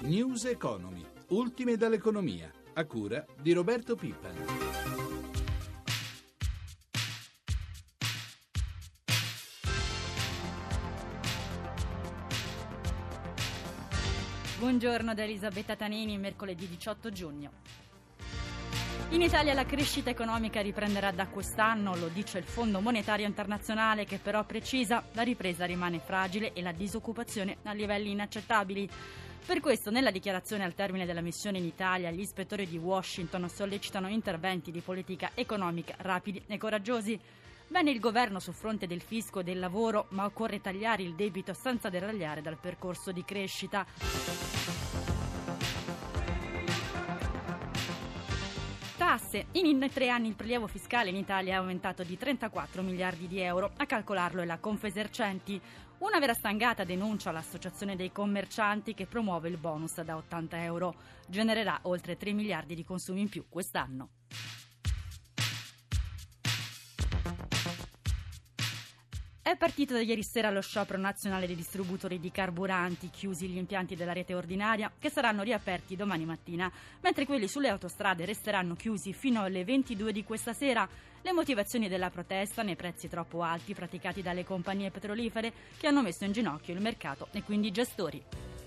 News Economy, ultime dall'economia, a cura di Roberto Pippan. Buongiorno da Elisabetta Tanini, mercoledì 18 giugno. In Italia la crescita economica riprenderà da quest'anno, lo dice il Fondo Monetario Internazionale, che però precisa la ripresa rimane fragile e la disoccupazione a livelli inaccettabili. Per questo, nella dichiarazione al termine della missione in Italia, gli ispettori di Washington sollecitano interventi di politica economica rapidi e coraggiosi. Bene il governo sul fronte del fisco e del lavoro, ma occorre tagliare il debito senza deragliare dal percorso di crescita. Tasse. In 3 anni il prelievo fiscale in Italia è aumentato di 34 miliardi di euro. A calcolarlo è la Confesercenti. Una vera stangata, denuncia l'Associazione dei commercianti, che promuove il bonus da 80 euro. Genererà oltre 3 miliardi di consumi in più quest'anno. È partito da ieri sera lo sciopero nazionale dei distributori di carburanti, chiusi gli impianti della rete ordinaria, che saranno riaperti domani mattina, mentre quelli sulle autostrade resteranno chiusi fino alle 22 di questa sera. Le motivazioni della protesta nei prezzi troppo alti praticati dalle compagnie petrolifere, che hanno messo in ginocchio il mercato e quindi i gestori.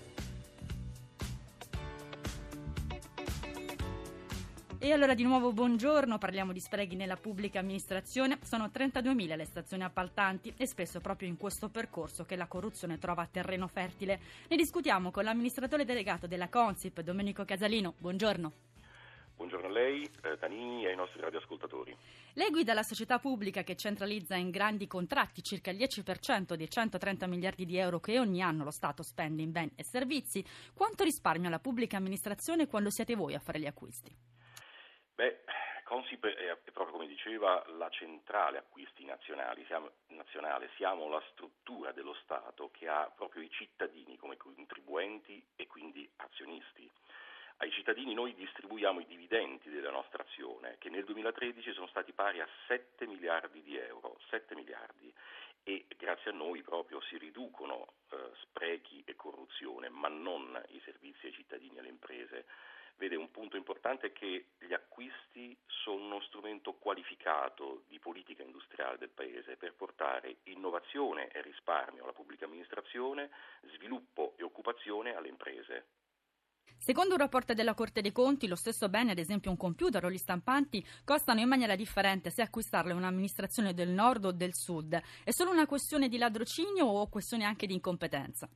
E allora di nuovo buongiorno, parliamo di sprechi nella pubblica amministrazione. Sono 32.000 le stazioni appaltanti e spesso proprio in questo percorso che la corruzione trova terreno fertile. Ne discutiamo con l'amministratore delegato della Consip, Domenico Casalino. Buongiorno. Buongiorno a lei, Tanini, e ai nostri radioascoltatori. Lei guida la società pubblica che centralizza in grandi contratti circa il 10% dei 130 miliardi di euro che ogni anno lo Stato spende in beni e servizi. Quanto risparmia la pubblica amministrazione quando siete voi a fare gli acquisti? Consip è proprio, come diceva, la centrale acquisti nazionale, siamo la struttura dello Stato che ha proprio i cittadini come contribuenti e quindi azionisti. Ai cittadini noi distribuiamo i dividendi della nostra azione, che nel 2013 sono stati pari a 7 miliardi di euro, 7 miliardi, e grazie a noi proprio si riducono sprechi e corruzione, ma non i servizi ai cittadini e alle imprese. Vede, un punto importante è che gli acquisti sono uno strumento qualificato di politica industriale del Paese per portare innovazione e risparmio alla pubblica amministrazione, sviluppo e occupazione alle imprese. Secondo un rapporto della Corte dei Conti, lo stesso bene, ad esempio un computer o gli stampanti, costano in maniera differente se acquistarlo in un'amministrazione del nord o del sud. È solo una questione di ladrocinio o questione anche di incompetenza?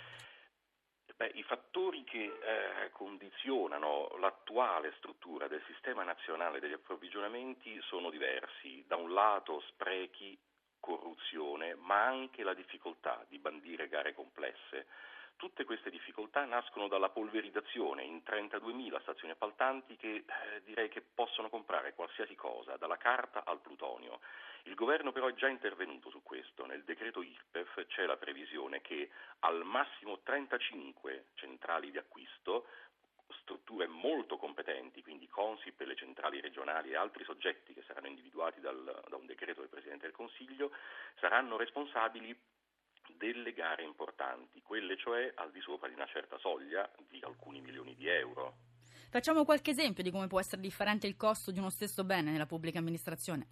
I fattori che condizionano l'attuale struttura del sistema nazionale degli approvvigionamenti sono diversi. Da un lato sprechi, corruzione, ma anche la difficoltà di bandire gare complesse. Tutte queste difficoltà nascono dalla polverizzazione in 32.000 stazioni appaltanti che direi che possono comprare qualsiasi cosa, dalla carta al plutonio. Il governo però è già intervenuto su questo. Nel decreto IRPEF c'è la previsione che al massimo 35 centrali di acquisto, strutture molto competenti, quindi Consip e le centrali regionali e altri soggetti che saranno individuati da un decreto del Presidente del Consiglio, saranno responsabili delle gare importanti, quelle cioè al di sopra di una certa soglia di alcuni milioni di euro. Facciamo qualche esempio di come può essere differente il costo di uno stesso bene nella pubblica amministrazione.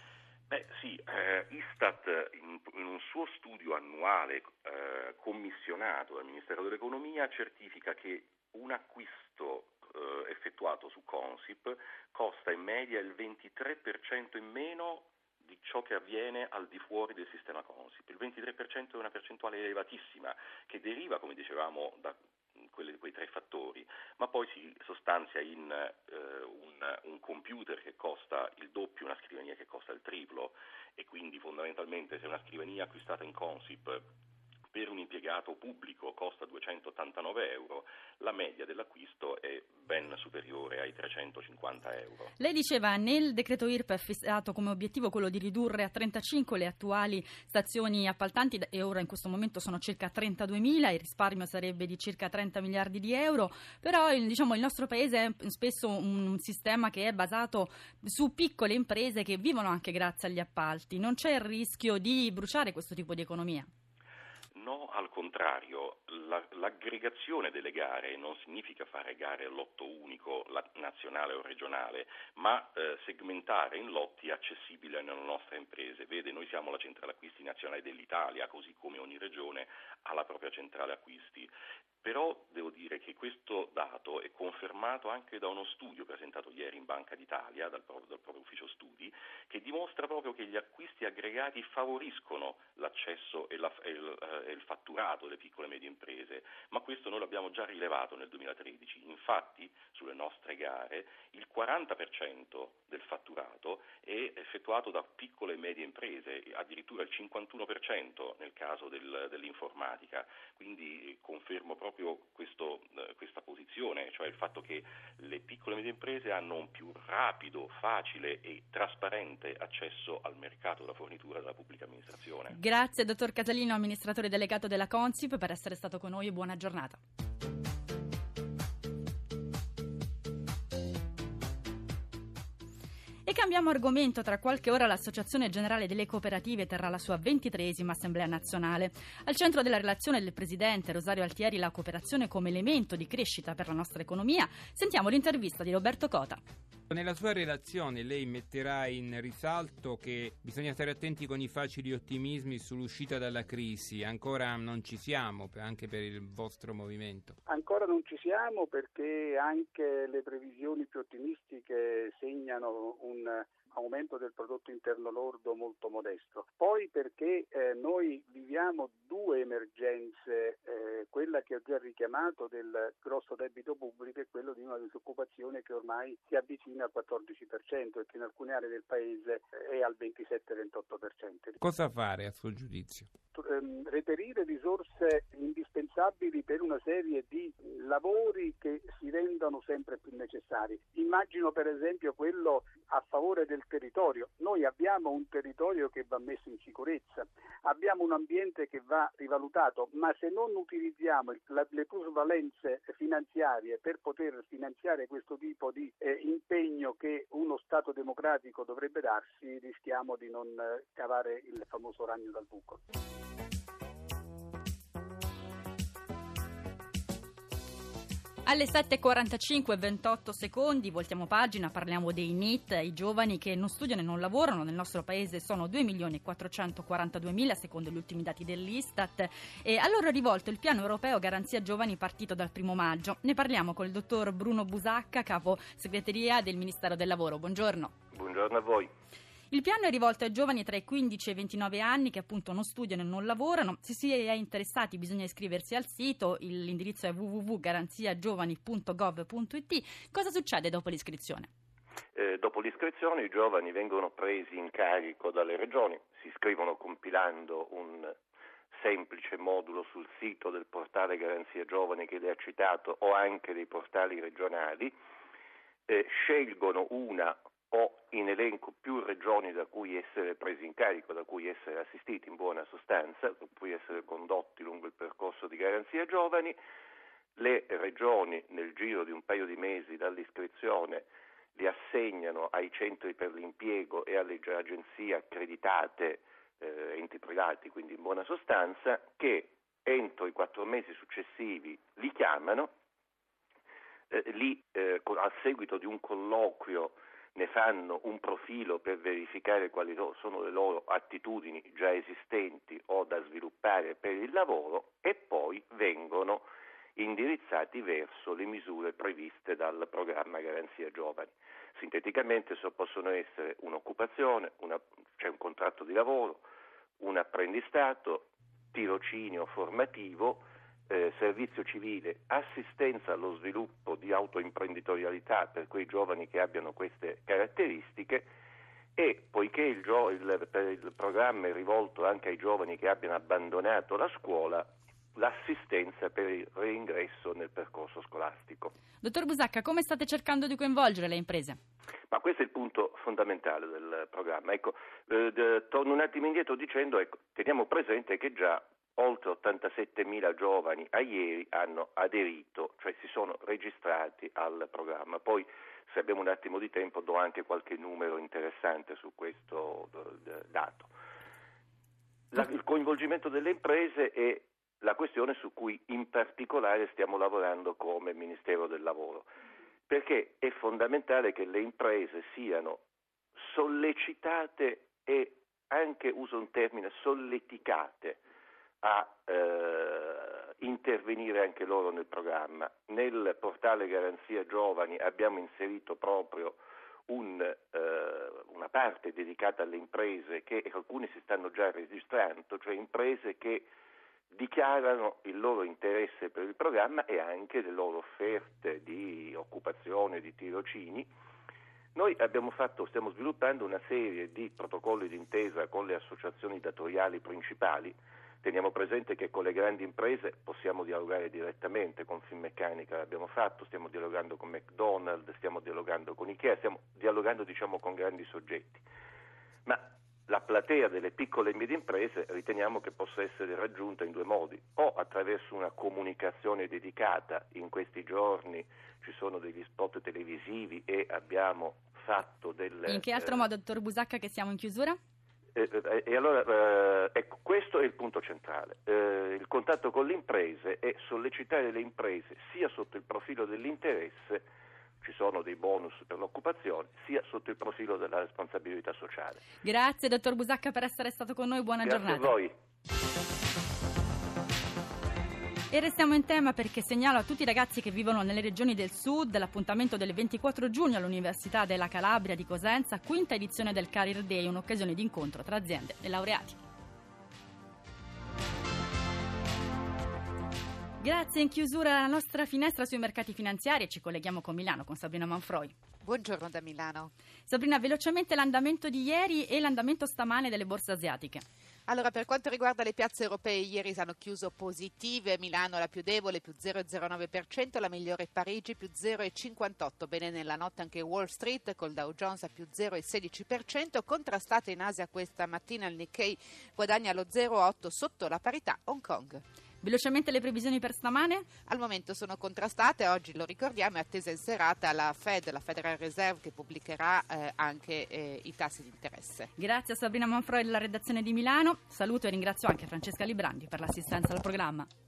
Istat in un suo studio annuale commissionato dal Ministero dell'Economia certifica che un acquisto effettuato su Consip costa in media il 23% in meno di ciò che avviene al di fuori del sistema Consip. Il 23% è una percentuale elevatissima che deriva, come dicevamo, da quei 3 fattori, ma poi si sostanzia in un computer che costa il doppio, una scrivania che costa il triplo, e quindi fondamentalmente se una scrivania acquistata in Consip per un impiegato pubblico costa 289 euro, la media dell'acquisto è ben superiore ai 350 euro. Lei diceva nel decreto IRPEF è fissato come obiettivo quello di ridurre a 35 le attuali stazioni appaltanti e ora in questo momento sono circa 32.000, il risparmio sarebbe di circa 30 miliardi di euro, però il nostro paese è spesso un sistema che è basato su piccole imprese che vivono anche grazie agli appalti. Non c'è il rischio di bruciare questo tipo di economia? No, al contrario, l'aggregazione delle gare non significa fare gare a lotto unico, nazionale o regionale, ma segmentare in lotti accessibili alle nostre imprese. Vede, noi siamo la centrale acquisti nazionale dell'Italia, così come ogni regione ha la propria centrale acquisti. Però devo dire che questo dato è confermato anche da uno studio presentato ieri in Banca d'Italia, dal proprio ufficio studi, che dimostra proprio che gli acquisti aggregati favoriscono l'accesso e il fatturato delle piccole e medie imprese, ma questo noi l'abbiamo già rilevato nel 2013. Infatti, sulle nostre gare, il 40% del fatturato è effettuato da piccole e medie imprese, addirittura il 51% nel caso dell'informatica. Quindi confermo proprio questa posizione, cioè il fatto che le piccole e medie imprese hanno un più rapido, facile e trasparente accesso al mercato della fornitura della pubblica amministrazione. Grazie, dottor Casalino, amministratore delegato della Consip, per essere stato con noi e buona giornata. E cambiamo argomento. Tra qualche ora l'Associazione Generale delle Cooperative terrà la sua 23esima Assemblea Nazionale. Al centro della relazione del Presidente Rosario Altieri, la cooperazione come elemento di crescita per la nostra economia. Sentiamo l'intervista di Roberto Cota. Nella sua relazione lei metterà in risalto che bisogna stare attenti con i facili ottimismi sull'uscita dalla crisi. Ancora non ci siamo, anche per il vostro movimento? Ancora non ci siamo, perché anche le previsioni più ottimistiche segnano un aumento del prodotto interno lordo molto modesto. Poi perché noi viviamo due emergenze, quella che ho già richiamato del grosso debito pubblico e quello di una disoccupazione che ormai si avvicina al 14% e che in alcune aree del paese è al 27-28%. Cosa fare a suo giudizio? Reperire risorse indispensabili per una serie di lavori che si rendono sempre più necessari. Immagino per esempio quello a favore del territorio. Noi abbiamo un territorio che va messo in sicurezza, abbiamo un ambiente che va rivalutato, ma se non utilizziamo le plusvalenze finanziarie per poter finanziare questo tipo di impegno che uno Stato democratico dovrebbe darsi, rischiamo di non cavare il famoso ragno dal buco. Alle 7.45 28 secondi voltiamo pagina, parliamo dei NEET, i giovani che non studiano e non lavorano. Nel nostro paese sono 2.442.000 secondo gli ultimi dati dell'Istat, e a loro è rivolto il piano europeo Garanzia Giovani partito dal 1 maggio. Ne parliamo con il dottor Bruno Busacca, capo segreteria del Ministero del Lavoro. Buongiorno. Buongiorno a voi. Il piano è rivolto ai giovani tra i 15 e i 29 anni che appunto non studiano e non lavorano. Se si è interessati bisogna iscriversi al sito, l'indirizzo è www.garanziagiovani.gov.it. Cosa succede dopo l'iscrizione? Dopo l'iscrizione i giovani vengono presi in carico dalle regioni, si iscrivono compilando un semplice modulo sul sito del portale Garanzia Giovani che lei ha citato o anche dei portali regionali, scelgono una o in elenco più regioni da cui essere presi in carico, da cui essere assistiti in buona sostanza, da cui essere condotti lungo il percorso di Garanzia Giovani. Le regioni nel giro di un paio di mesi dall'iscrizione li assegnano ai centri per l'impiego e alle agenzie accreditate, enti privati, quindi in buona sostanza, che entro i 4 mesi successivi li chiamano, a seguito di un colloquio ne fanno un profilo per verificare quali sono le loro attitudini già esistenti o da sviluppare per il lavoro, e poi vengono indirizzati verso le misure previste dal programma Garanzia Giovani. Sinteticamente possono essere un'occupazione, c'è un contratto di lavoro, un apprendistato, tirocinio formativo, servizio civile, assistenza allo sviluppo di autoimprenditorialità per quei giovani che abbiano queste caratteristiche, e poiché il programma è rivolto anche ai giovani che abbiano abbandonato la scuola, l'assistenza per il reingresso nel percorso scolastico. Dottor Busacca, come state cercando di coinvolgere le imprese? Ma questo è il punto fondamentale del programma. Torno un attimo indietro dicendo, teniamo presente che già oltre 87.000 giovani a ieri hanno aderito, cioè si sono registrati al programma. Poi, se abbiamo un attimo di tempo, do anche qualche numero interessante su questo dato. Il coinvolgimento delle imprese è la questione su cui in particolare stiamo lavorando come Ministero del Lavoro, perché è fondamentale che le imprese siano sollecitate e anche, uso un termine, solleticate a intervenire anche loro nel programma. Nel portale Garanzia Giovani abbiamo inserito proprio una parte dedicata alle imprese che alcuni si stanno già registrando, cioè imprese che dichiarano il loro interesse per il programma e anche le loro offerte di occupazione, di tirocini. Noi stiamo sviluppando una serie di protocolli d'intesa con le associazioni datoriali principali. Teniamo presente che con le grandi imprese possiamo dialogare direttamente, con Finmeccanica l'abbiamo fatto, stiamo dialogando con McDonald's, stiamo dialogando con Ikea, stiamo dialogando con grandi soggetti. Ma la platea delle piccole e medie imprese riteniamo che possa essere raggiunta in due modi: o attraverso una comunicazione dedicata. In questi giorni ci sono degli spot televisivi e abbiamo fatto In che altro modo, dottor Busacca, che siamo in chiusura? E allora, ecco, questo è il punto centrale. Il contatto con le imprese e sollecitare le imprese sia sotto il profilo dell'interesse, ci sono dei bonus per l'occupazione, sia sotto il profilo della responsabilità sociale. Grazie dottor Busacca per essere stato con noi, buona giornata. Grazie a voi. E restiamo in tema perché segnalo a tutti i ragazzi che vivono nelle regioni del sud l'appuntamento del 24 giugno all'Università della Calabria di Cosenza, quinta edizione del Career Day, un'occasione di incontro tra aziende e laureati. Grazie, in chiusura la nostra finestra sui mercati finanziari e ci colleghiamo con Milano, con Sabrina Manfroi. Buongiorno da Milano. Sabrina, velocemente l'andamento di ieri e l'andamento stamane delle borse asiatiche. Allora, per quanto riguarda le piazze europee, ieri hanno chiuso positive, Milano la più debole, più 0,09%, la migliore Parigi, più 0,58%, bene nella notte anche Wall Street, col Dow Jones a più 0,16%, contrastate in Asia questa mattina il Nikkei guadagna lo 0,8% sotto la parità Hong Kong. Velocemente le previsioni per stamane? Al momento sono contrastate, oggi lo ricordiamo è attesa in serata la Fed, la Federal Reserve, che pubblicherà anche i tassi di interesse. Grazie a Sabrina Manfroi della redazione di Milano, saluto e ringrazio anche Francesca Librandi per l'assistenza al programma.